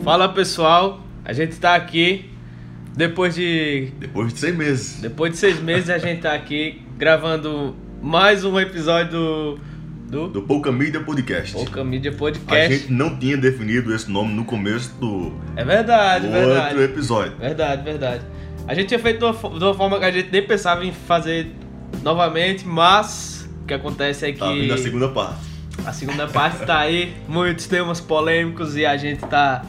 Fala pessoal, a gente tá aqui depois de 6 meses. Depois de 6 meses a gente tá aqui gravando mais um episódio do Pouca Mídia Podcast. Pouca Mídia A Podcast. gente não tinha definido esse nome no começo do É verdade, outro episódio. Verdade. A gente tinha feito de uma forma que a gente nem pensava em fazer novamente, mas o que acontece é que... Tá vindo a segunda parte. A segunda parte tá aí, muitos temas polêmicos e a gente tá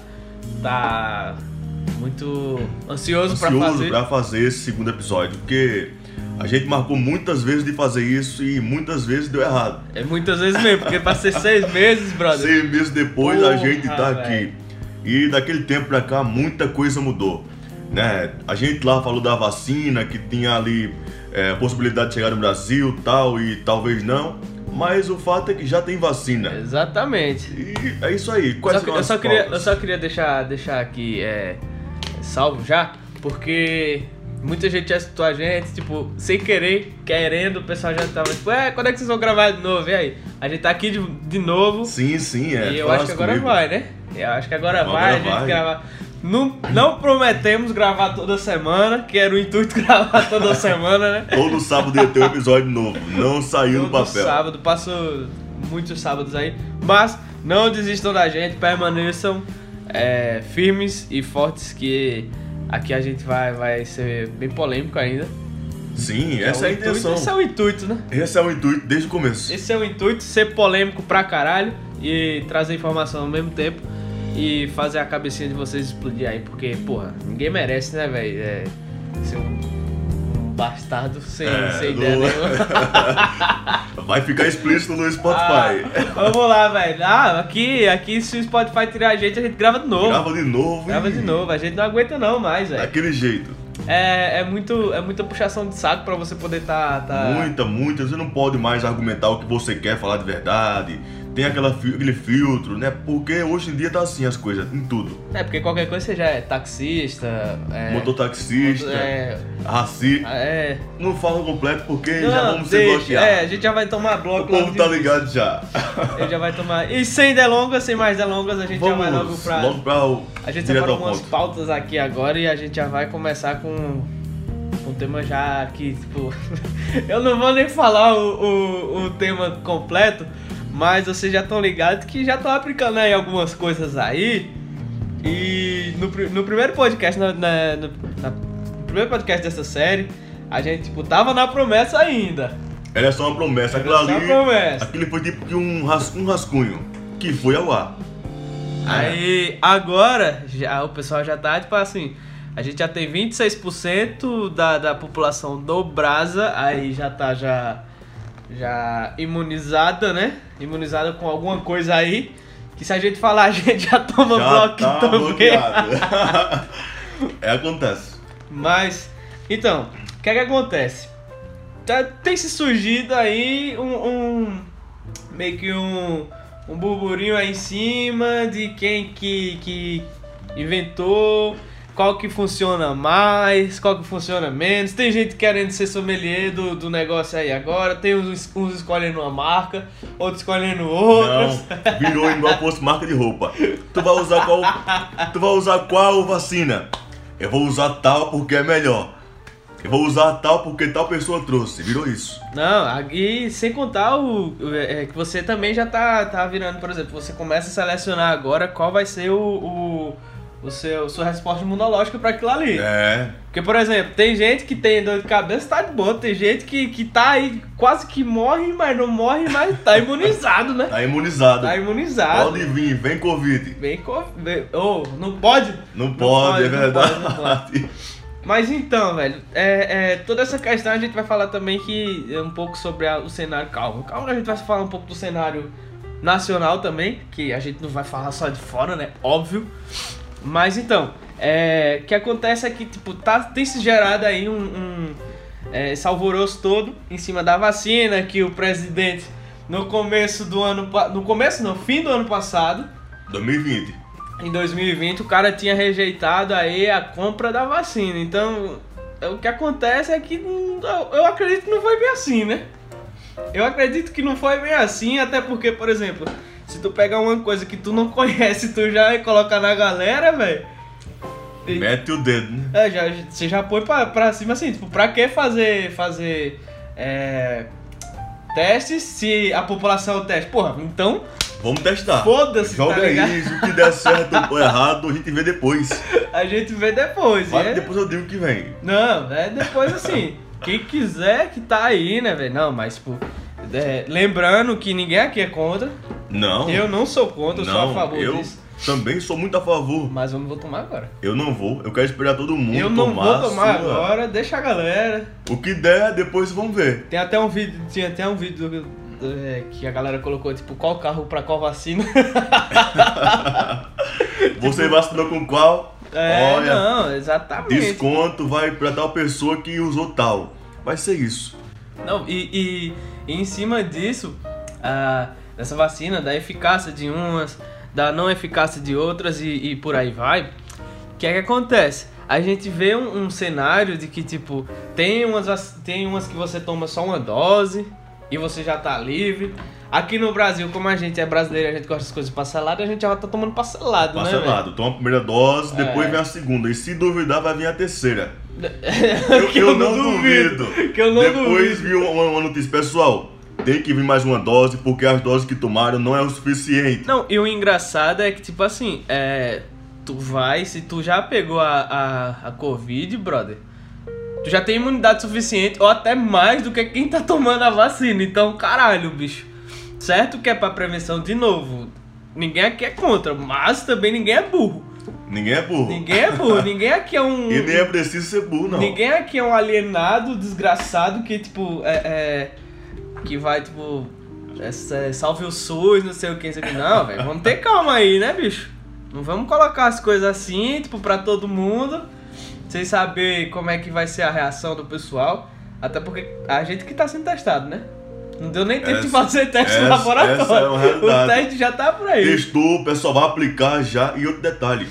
muito ansioso pra fazer esse segundo episódio, porque a gente marcou muitas vezes de fazer isso e muitas vezes deu errado. É muitas vezes mesmo, porque pra ser 6 meses, brother. 6 meses depois Porra, a gente tá aqui. véio. E daquele tempo pra cá muita coisa mudou, né? A gente lá falou da vacina, que tinha ali a possibilidade de chegar no Brasil tal, e talvez não. Mas o fato é que já tem vacina. Exatamente. E é isso aí. Eu só queria deixar aqui salvo já, porque muita gente já citou a gente, tipo, sem querer, querendo, o pessoal já tava tipo, quando é que vocês vão gravar de novo? E aí? A gente tá aqui de novo. Sim, E eu acho que agora vai, né? Eu acho que agora vai a gente gravar. Não prometemos gravar toda semana, que era o intuito gravar toda semana, né? Todo sábado ia ter um episódio novo, não saiu no papel. Todo sábado, passou muitos sábados aí, mas não desistam da gente, permaneçam firmes e fortes, que aqui a gente vai ser bem polêmico ainda. Sim, essa é a intenção. Esse é o intuito, né? Esse é o intuito desde o começo. Esse é o intuito, ser polêmico pra caralho e trazer informação ao mesmo tempo. E fazer a cabecinha de vocês explodir aí, porque, porra, ninguém merece, né, velho? Ser um bastardo sem ideia nenhuma. Vai ficar explícito no Spotify. Vamos lá, velho. Aqui se o Spotify tirar a gente grava de novo. Grava de novo. A gente não aguenta não mais, velho. Daquele jeito. É muita puxação de saco pra você poder tá... Muita. Você não pode mais argumentar o que você quer falar de verdade. Tem aquele filtro, né? Porque hoje em dia tá assim as coisas, em tudo. Porque qualquer coisa você já é taxista, mototaxista, racista. Não fala completo porque já vamos ser bloqueados. A gente já vai tomar bloco. O povo tá ligado já. Ele já vai tomar. E sem mais delongas, a gente já vai logo pra a gente separou umas pautas aqui agora e a gente já vai começar com um tema já que, tipo... eu não vou nem falar o tema completo, mas vocês já estão ligados que já estão aplicando aí algumas coisas aí. E no primeiro podcast, no primeiro podcast dessa série, a gente, tipo, tava na promessa ainda. Era só uma promessa. Aquilo foi tipo um rascunho que foi ao ar. Aí, agora, o pessoal já tá, tipo assim, a gente já tem 26% da população do Brasa, aí já tá já imunizada, né? Imunizada com alguma coisa aí, que se a gente falar, a gente já toma bloco também. Acontece. Mas, então, o que é que acontece? Tem se surgido aí meio que um burburinho aí em cima de quem que inventou, qual que funciona mais, qual que funciona menos. Tem gente querendo ser sommelier do negócio aí agora, tem uns escolhendo uma marca, outros escolhendo outras. Não, virou igual fosse marca de roupa. Tu vai usar qual vacina? Eu vou usar tal porque é melhor. Eu vou usar tal porque tal pessoa trouxe. Virou isso. Não, e sem contar que você também já tá virando, por exemplo, você começa a selecionar agora qual vai ser sua resposta imunológica para aquilo ali. Porque, por exemplo, tem gente que tem dor de cabeça, tá de boa. Tem gente que tá aí, quase que morre, mas não morre, mas tá imunizado, né? Tá imunizado. Pode vir, vem Covid. Vem Covid. Não pode? Não pode, é verdade. Não pode. Mas então, velho, toda essa questão a gente vai falar também um pouco sobre o cenário. Calma, a gente vai falar um pouco do cenário nacional também, que a gente não vai falar só de fora, né? Óbvio. Mas então, o que acontece é que, tipo, tem se gerado aí esse alvoroço todo em cima da vacina, que o presidente, fim do ano passado, 2020. Em 2020, o cara tinha rejeitado aí a compra da vacina. Então, o que acontece é que eu acredito que não foi bem assim, né? Eu acredito que não foi bem assim, até porque, por exemplo, Se tu pegar uma coisa que tu não conhece, tu já coloca na galera, velho. Mete o dedo, né? Você já põe pra cima assim, tipo, pra que fazer testes se a população testa? Porra, então... Vamos testar. Foda-se, joga tá ligado? aí, se o que der certo ou errado, a gente vê depois. A gente vê depois, Depois eu digo que vem. Não, depois assim, quem quiser que tá aí, né, velho? Não, mas, tipo, lembrando que ninguém aqui é contra. Não. Eu não sou contra, eu sou a favor disso. Também sou muito a favor. Mas eu não vou tomar agora. Eu não vou, eu quero esperar todo mundo tomar. Eu não vou tomar agora, deixa a galera. O que der, depois vamos ver. Tem até um vídeo, tinha até um vídeo que a galera colocou, tipo, qual carro pra qual vacina. Você vacinou com qual? Olha, não, exatamente. Desconto vai pra tal pessoa que usou tal. Vai ser isso. Não, e em cima disso, dessa vacina, da eficácia de umas, da não eficácia de outras e por aí vai, o que é que acontece? A gente vê um cenário de que, tipo, tem umas que você toma só uma dose e você já tá livre. Aqui no Brasil, como a gente é brasileiro, a gente gosta das coisas parceladas, a gente já tá tomando parcelado, né? Parcelado, toma a primeira dose, depois vem a segunda. E se duvidar, vai vir a terceira. eu não duvido. Depois viu uma notícia, pessoal. Tem que vir mais uma dose, porque as doses que tomaram não é o suficiente. Não, e o engraçado é que, tipo assim, se tu já pegou a Covid, brother, tu já tem imunidade suficiente, ou até mais do que quem tá tomando a vacina. Então, caralho, bicho. Certo que é pra prevenção, de novo, ninguém aqui é contra, mas também ninguém é burro. Ninguém é burro. Ninguém aqui é um... E nem é preciso ser burro, não. Ninguém aqui é um alienado, desgraçado, que, tipo, que vai, tipo, salve o SUS, não sei o que, não sei o que. Não, velho, vamos ter calma aí, né, bicho? Não vamos colocar as coisas assim, tipo, pra todo mundo, sem saber como é que vai ser a reação do pessoal. Até porque a gente que tá sendo testado, né? Não deu nem tempo de fazer teste no laboratório. Essa é uma realidade. O teste já tá por aí. Testou, o pessoal vai aplicar já. E outro detalhe,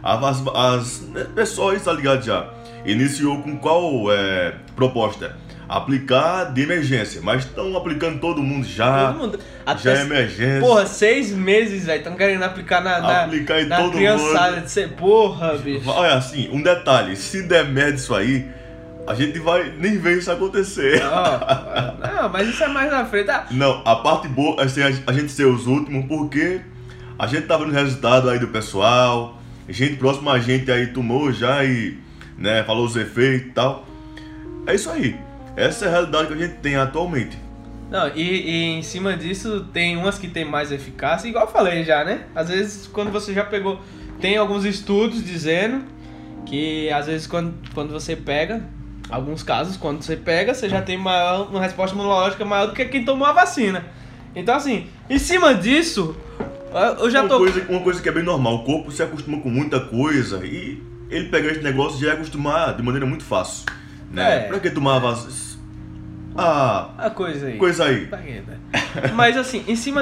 pessoal está ligado já. Iniciou com qual proposta? Aplicar de emergência, mas estão aplicando todo mundo já. Todo mundo. Já é emergência. Porra, 6 meses, velho. Estão querendo aplicar na todo criançada. mundo. Porra, bicho. Olha, assim, um detalhe. Se der merda isso aí, a gente vai nem ver isso acontecer. Não, mas isso é mais na frente. Não, a parte boa é a gente ser os últimos, porque a gente tá vendo o resultado aí do pessoal, gente próxima a gente aí tomou já e, né, falou os efeitos e tal. É isso aí. Essa é a realidade que a gente tem atualmente. Não, e em cima disso tem umas que tem mais eficácia, igual eu falei já, né? Às vezes quando você já pegou, tem alguns estudos dizendo que às vezes quando você pega, alguns casos, quando você pega, você já tem uma resposta imunológica maior do que quem tomou a vacina. Então, assim, em cima disso, eu já Uma coisa que é bem normal, o corpo se acostuma com muita coisa e ele pegar esse negócio já é acostumar de maneira muito fácil, né? Pra que tomar a vacina? A coisa aí. Coisa aí. Mas, assim, em cima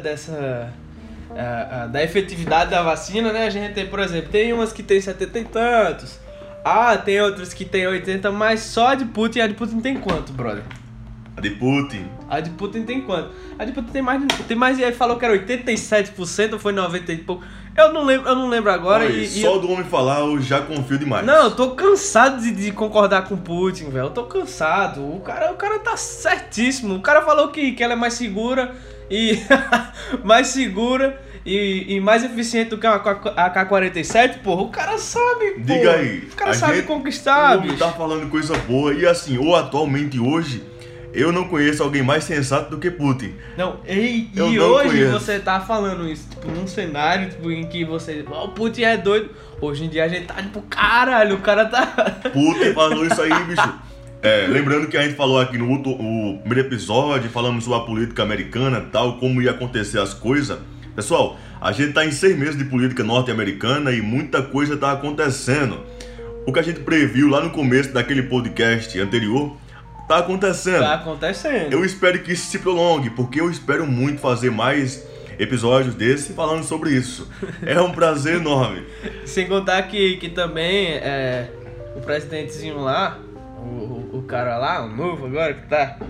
da efetividade da vacina, né? A gente tem, por exemplo, tem umas que tem 70 e tantos. Tem outras que tem 80, mas só a de Putin. A de Putin tem quanto, brother? A de Putin? A de Putin tem quanto? A de Putin tem mais, ele falou que era 87% ou foi 90 e pouco. Eu não lembro agora. Olha, só do homem falar eu já confio demais. Não, eu tô cansado de concordar com o Putin, velho. Eu tô cansado. O cara tá certíssimo. O cara falou que ela é mais segura e mais segura e mais eficiente do que a AK-47, porra. O cara sabe, porra. Diga aí. O cara sabe conquistar, bicho. Tá falando coisa boa e assim, ou atualmente hoje, eu não conheço alguém mais sensato do que Putin. Não, e hoje conheço. Você tá falando isso, tipo, num cenário tipo, em que você... o Putin é doido. Hoje em dia a gente tá tipo, caralho, o cara tá... Putin falou isso aí, bicho. Lembrando que a gente falou aqui no primeiro episódio, falamos sobre a política americana e tal, como ia acontecer as coisas. Pessoal, a gente tá em 6 meses de política norte-americana e muita coisa tá acontecendo. O que a gente previu lá no começo daquele podcast anterior... Tá acontecendo. Tá acontecendo. Eu espero que isso se prolongue, porque eu espero muito fazer mais episódios desse falando sobre isso. É um prazer enorme. Sem contar que também o presidentezinho lá, o cara lá, o novo agora que tá,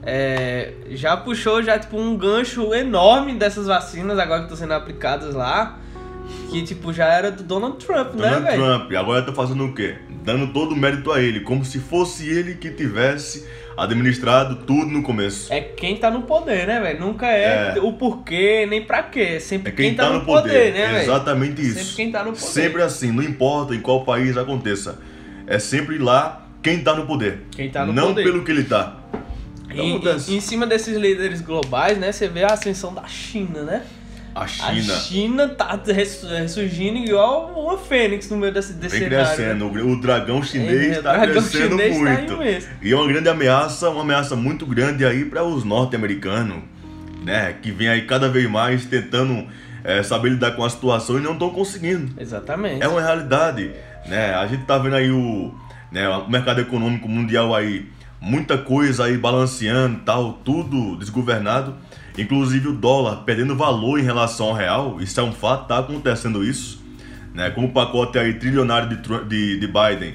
já puxou tipo um gancho enorme dessas vacinas agora que estão sendo aplicadas lá, que tipo já era do Donald Trump, né, velho? Donald Trump, agora tá fazendo o quê? Dando todo o mérito a ele, como se fosse ele que tivesse administrado tudo no começo. É quem tá no poder, né, velho? Nunca o porquê, nem pra quê. Sempre quem tá no poder, né, velho? Exatamente isso. Sempre quem tá no poder. Sempre assim, não importa em qual país aconteça. É sempre lá quem tá no poder. Quem tá no não poder. Não pelo que ele tá. E em cima desses líderes globais, né, você vê a ascensão da China, né? A China tá ressurgindo igual uma fênix no meio desse cenário. Crescendo, o dragão chinês tá crescendo muito. Tá e é uma grande ameaça, uma ameaça muito grande aí para os norte-americanos, né? Que vem aí cada vez mais tentando saber lidar com a situação e não estão conseguindo. Exatamente. É uma realidade, né? A gente tá vendo aí o mercado econômico mundial aí, muita coisa aí balanceando, tal, tudo desgovernado. Inclusive o dólar perdendo valor em relação ao real, isso é um fato, tá acontecendo isso, né? Como o pacote aí trilionário de Biden,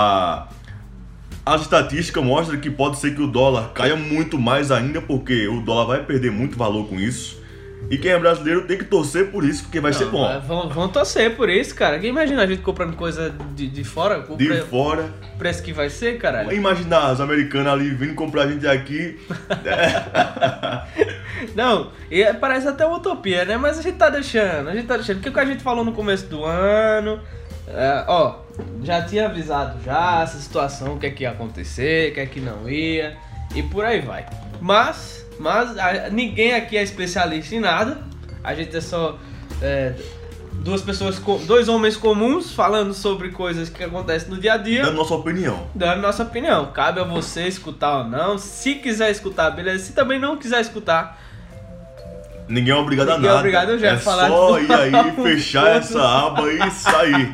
as estatísticas mostram que pode ser que o dólar caia muito mais ainda, porque o dólar vai perder muito valor com isso. E quem é brasileiro tem que torcer por isso, porque vai ser bom. Vão torcer por isso, cara. Quem imagina a gente comprando coisa de fora? Fora. O preço que vai ser, caralho. Imaginar os americanos ali vindo comprar a gente aqui. Não, parece até uma utopia, né? Mas a gente tá deixando. Porque o que a gente falou no começo do ano... já tinha avisado já essa situação, o que é que ia acontecer, o que é que não ia. E por aí vai. Mas ninguém aqui é especialista em nada. A gente é só dois homens comuns falando sobre coisas que acontecem no dia a dia. Dando nossa opinião. Cabe a você escutar ou não. Se quiser escutar, beleza. Se também não quiser escutar, ninguém é obrigado a nada. Eu já falar só ir aí, fechar essa aba e sair.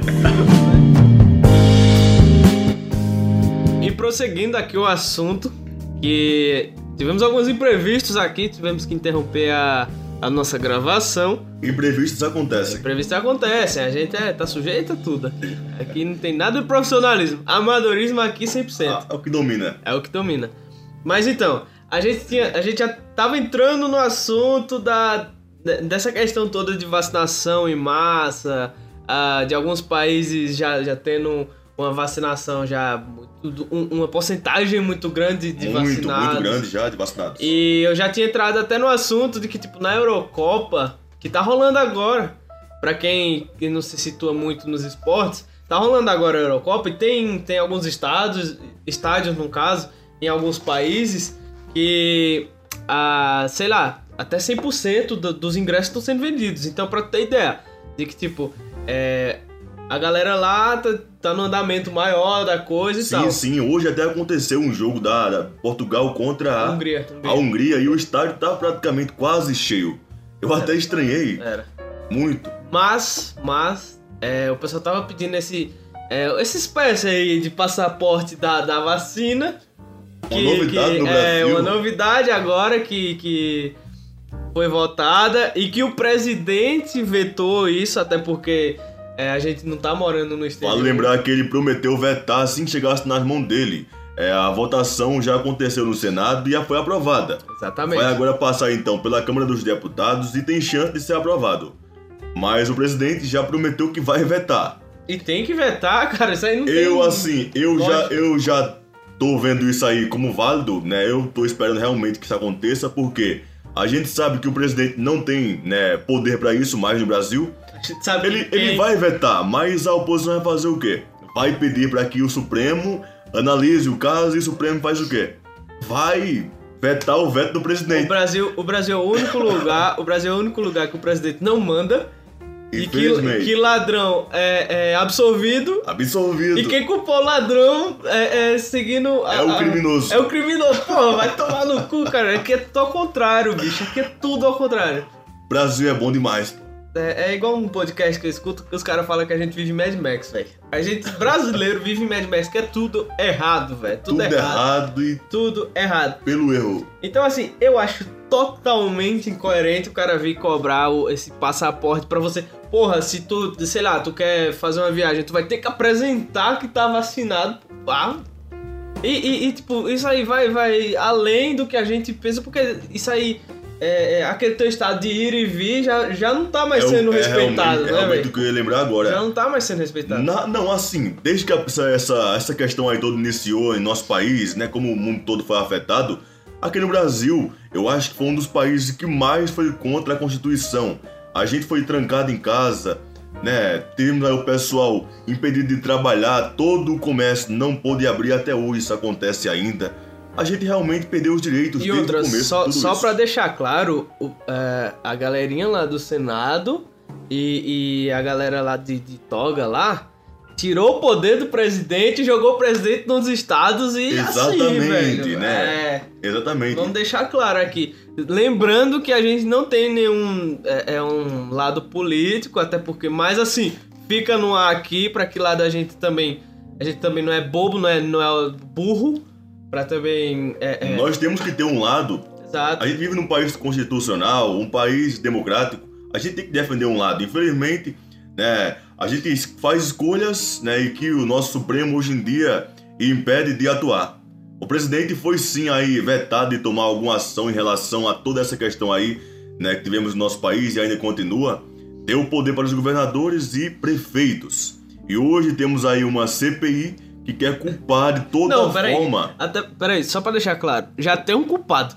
E prosseguindo aqui o assunto, que tivemos alguns imprevistos aqui, tivemos que interromper a nossa gravação. Imprevistos acontecem. A gente tá sujeito a tudo. Aqui não tem nada de profissionalismo. Amadorismo aqui 100%. É o que domina. É o que domina. Mas então, a gente já tava entrando no assunto dessa questão toda de vacinação em massa, de alguns países já tendo uma vacinação já, uma porcentagem muito grande de vacinados. Muito grande já de vacinados. E eu já tinha entrado até no assunto de que, tipo, na Eurocopa, que tá rolando agora, pra quem não se situa muito nos esportes, tá rolando agora a Eurocopa e tem alguns estádios no caso, em alguns países, que, sei lá, até 100% dos ingressos estão sendo vendidos. Então, pra ter ideia de que, tipo, a galera lá tá no andamento maior da coisa e tal. Sim, hoje até aconteceu um jogo da Portugal contra a Hungria e o estádio tá praticamente quase cheio. Eu até estranhei. Era. Muito. Mas o pessoal tava pedindo essa espécie aí de passaporte da vacina. Uma novidade no Brasil. Uma novidade agora que foi votada e que o presidente vetou isso, até porque... a gente não tá morando no exterior. Vale lembrar que ele prometeu vetar assim que chegasse nas mãos dele. A votação já aconteceu no Senado e já foi aprovada. Exatamente. Vai agora passar então pela Câmara dos Deputados e tem chance de ser aprovado. Mas o presidente já prometeu que vai vetar. E tem que vetar, cara, isso aí não tem... Eu já tô vendo isso aí como válido, né? Eu tô esperando realmente que isso aconteça, porque a gente sabe que o presidente não tem, né, poder pra isso mais no Brasil. Sabe ele vai vetar, mas a oposição vai fazer o quê? Vai pedir para que o Supremo analise o caso e o Supremo faz o quê? Vai vetar o veto do presidente. O Brasil é o único lugar que o presidente não manda e que ladrão é absolvido. Absolvido. E quem culpou o ladrão seguindo... o criminoso. É o criminoso. Pô, vai tomar no cu, cara. Aqui é tudo ao contrário, bicho. Aqui é tudo ao contrário. Brasil é bom demais. É igual um podcast que eu escuto que os caras falam que a gente vive Mad Max, velho. A gente, brasileiro, vive Mad Max, que é tudo errado, velho. Tudo errado e tudo errado. Pelo erro. Então, assim, eu acho totalmente incoerente o cara vir cobrar esse passaporte pra você. Porra, se tu, sei lá, tu quer fazer uma viagem, tu vai ter que apresentar que tá vacinado. Tipo, isso aí vai além do que a gente pensa, porque isso aí, aquele teu estado de ir e vir já não tá mais sendo respeitado, né, velho? É o que eu ia lembrar agora. Já não tá mais sendo respeitado. Não, assim, desde que essa questão aí toda iniciou em nosso país, né, como o mundo todo foi afetado, aqui no Brasil, eu acho que foi um dos países que mais foi contra a Constituição. A gente foi trancado em casa, né? Temos aí o pessoal impedido de trabalhar, todo o comércio não pôde abrir, até hoje isso acontece ainda. A gente realmente perdeu os direitos desde o começo. Só pra deixar claro, a galerinha lá do Senado e a galera lá de toga lá tirou o poder do presidente e jogou o presidente nos estados e exatamente, assim, velho. Né? Exatamente. Vamos deixar claro aqui. Lembrando que a gente não tem nenhum um lado político, até porque, mas assim, fica no ar aqui pra que lado a gente também não é bobo, não é burro, pra também... Nós temos que ter um lado. Exato. A gente vive num país constitucional, um país democrático, a gente tem que defender um lado. Infelizmente, né, a gente faz escolhas, né, e que o nosso Supremo hoje em dia impede de atuar. O presidente foi sim aí vetado de tomar alguma ação em relação a toda essa questão aí, né, que tivemos no nosso país e ainda continua. Deu poder para os governadores e prefeitos. E hoje temos aí uma CPI que quer culpar de toda forma. Peraí, só para deixar claro, já tem um culpado.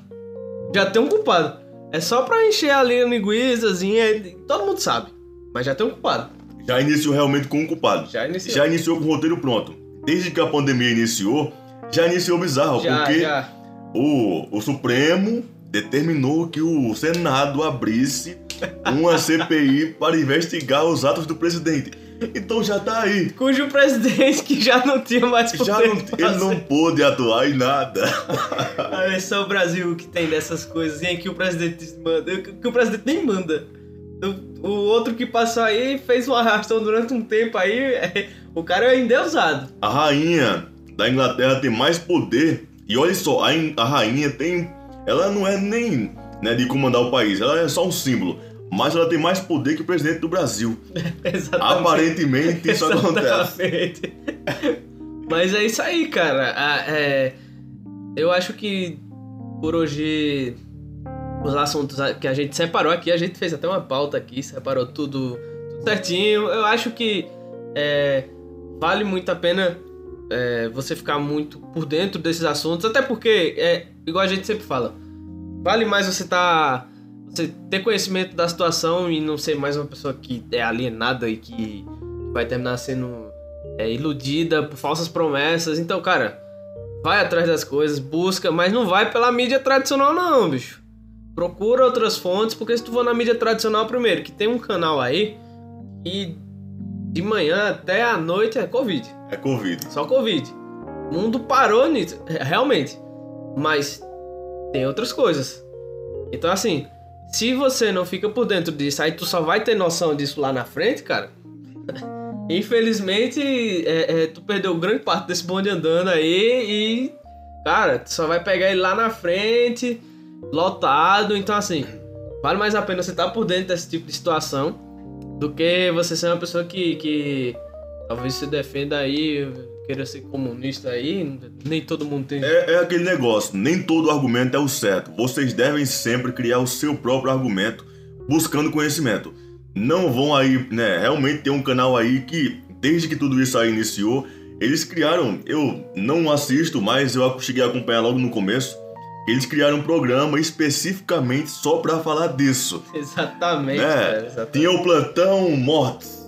É só para encher ali a linguiçazinha, todo mundo sabe. Mas já tem um culpado. Já iniciou realmente com um culpado. Já iniciou com o roteiro pronto. Desde que a pandemia iniciou, já iniciou bizarro. Porque o Supremo determinou que o Senado abrisse uma CPI para investigar os atos do presidente. Então já tá aí. Cujo presidente que já não tinha mais poder. Ele não pôde atuar em nada. É só o Brasil que tem dessas coisas em que o presidente manda. Que o presidente nem manda. O outro que passou aí fez uma arrastão durante um tempo aí, o cara é endeusado. A rainha da Inglaterra tem mais poder, e olha só, a rainha tem... Ela não é nem, né, de comandar o país, ela é só um símbolo, mas ela tem mais poder que o presidente do Brasil. Exatamente. Aparentemente isso acontece. Mas é isso aí, cara. Eu acho que por hoje... Os assuntos que a gente separou aqui, a gente fez até uma pauta aqui, separou tudo certinho. Eu acho que vale muito a pena você ficar muito por dentro desses assuntos, até porque, igual a gente sempre fala, vale mais você ter conhecimento da situação e não ser mais uma pessoa que é alienada e que vai terminar sendo iludida por falsas promessas. Então, cara, vai atrás das coisas, busca, mas não vai pela mídia tradicional não, bicho. Procura outras fontes, porque se tu for na mídia tradicional primeiro, que tem um canal aí e de manhã até a noite é Covid. É Covid. Só Covid. O mundo parou nisso, realmente. Mas tem outras coisas. Então assim, se você não fica por dentro disso, aí tu só vai ter noção disso lá na frente, cara. Infelizmente, tu perdeu grande parte desse bonde andando aí e, cara, tu só vai pegar ele lá na frente... lotado, então assim, vale mais a pena você estar por dentro desse tipo de situação do que você ser uma pessoa que talvez se defenda aí, queira ser comunista aí, nem todo mundo tem... É aquele negócio, nem todo argumento é o certo, vocês devem sempre criar o seu próprio argumento, buscando conhecimento. Não vão aí, né, realmente tem um canal aí que, desde que tudo isso aí iniciou, eles criaram, eu não assisto, mas eu cheguei a acompanhar logo no começo. Eles criaram um programa especificamente só pra falar disso. Exatamente, né? Cara, exatamente. Tinha o plantão mortos.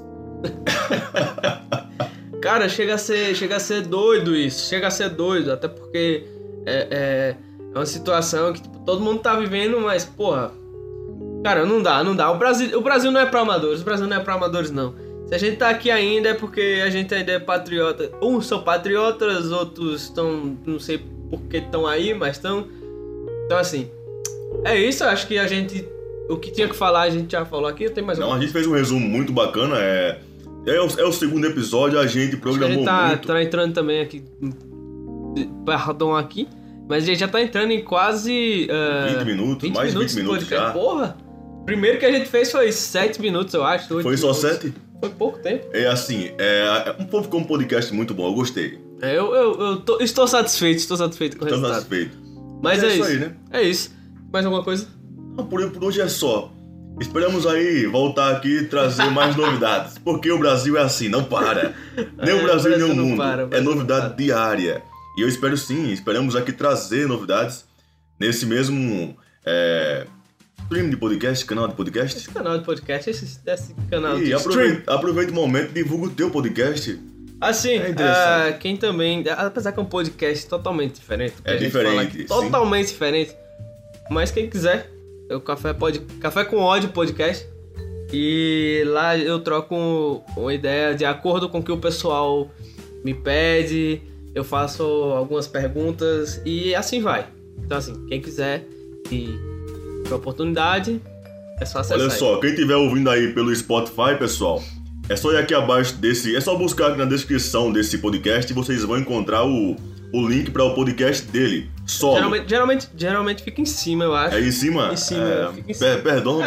Cara, chega a ser doido isso. Chega a ser doido, até porque é uma situação que tipo, todo mundo tá vivendo, mas, porra... Cara, não dá. O Brasil não é pra amadores, não. Se a gente tá aqui ainda é porque a gente ainda é patriota. Uns são patriotas, outros estão... Não sei por que estão aí, mas estão... Então, assim, é isso. Eu acho que o que tinha que falar, a gente já falou aqui. Eu tenho mais a gente fez um resumo muito bacana. É o segundo episódio, a gente programou muito. A gente tá entrando também aqui, perdão aqui, mas a gente já tá entrando em quase... 20 minutos, mais de 20 minutos já. Porra! Primeiro que a gente fez foi 7 minutos, eu acho. Foi só 7? Foi pouco tempo. Ficou um podcast muito bom, eu gostei. Estou satisfeito com o resultado. Satisfeito. Mas é isso aí, né? É isso. Mais alguma coisa? Não, por hoje é só. Esperamos aí voltar aqui e trazer mais novidades. Porque o Brasil é assim, não para. Nem o Brasil nem o mundo. É novidade diária. E eu espero sim, esperamos aqui trazer novidades nesse mesmo stream de podcast, canal de podcast. Esse canal de podcast, esse canal de aproveita o momento e divulga o teu podcast. Assim, quem também, apesar que é um podcast totalmente diferente. É diferente. Aqui, totalmente diferente. Mas quem quiser, é o Café com Ódio Podcast. E lá eu troco uma ideia de acordo com o que o pessoal me pede. Eu faço algumas perguntas e assim vai. Então assim, quem quiser e tiver oportunidade, é só acessar. Olha só, quem estiver ouvindo aí pelo Spotify, pessoal, é só ir aqui abaixo é só buscar aqui na descrição desse podcast e vocês vão encontrar o link para o podcast dele, solo. Geralmente fica em cima, eu acho. É em cima? Em cima, fica em cima. Perdão.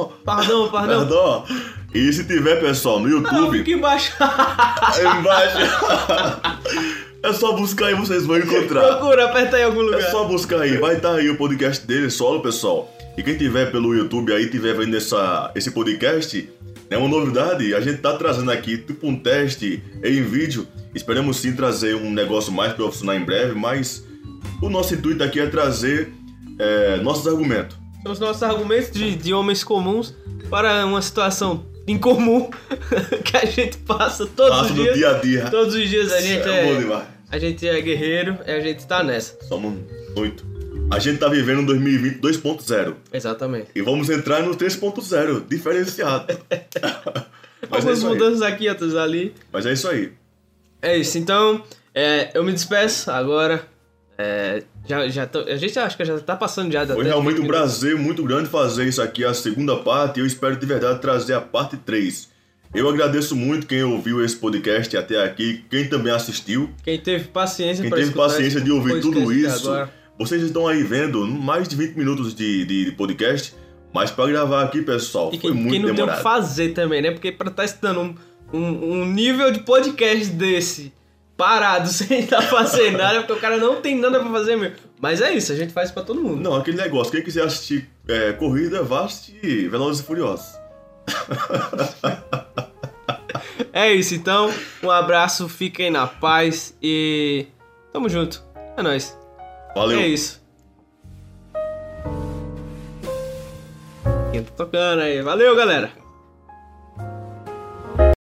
Perdão. E se tiver, pessoal, no YouTube... Não, fica embaixo. Embaixo. É só buscar aí, vocês vão encontrar. Procura, aperta aí em algum lugar. É só buscar aí, vai estar aí o podcast dele solo, pessoal. E quem tiver pelo YouTube aí, tiver vendo esse podcast, é uma novidade, a gente tá trazendo aqui tipo um teste em vídeo. Esperamos sim trazer um negócio mais profissional em breve, mas o nosso intuito aqui é trazer nossos argumentos. São os nossos argumentos de homens comuns para uma situação incomum que a gente passa todos os dias. No dia a dia. Todos os dias a gente bom demais. A gente é guerreiro e a gente tá nessa. Somos muito. A gente tá vivendo um 2020 2.0. Exatamente. E vamos entrar no 3.0, diferenciado. Algumas mudanças aqui, outras ali. Mas é isso aí. É isso, então eu me despeço agora. A gente acho que já tá passando já da. Foi realmente um prazer muito grande fazer isso aqui, a segunda parte, e eu espero de verdade trazer a parte 3. Eu agradeço muito quem ouviu esse podcast até aqui, quem também assistiu. Quem teve paciência de ouvir tudo isso. Vocês estão aí vendo mais de 20 minutos de podcast, mas para gravar aqui, pessoal, foi muito demorado. Quem não tem o que fazer também, né? Porque para estar estudando um nível de podcast desse parado, sem estar fazendo nada, porque o cara não tem nada pra fazer mesmo. Mas é isso, a gente faz pra todo mundo. Não, aquele negócio, quem quiser assistir corrida, vá assistir Velozes e Furiosos. É isso, então, um abraço, fiquem na paz e tamo junto. É nóis. Valeu. É isso. Quem tá tocando aí? Valeu, galera.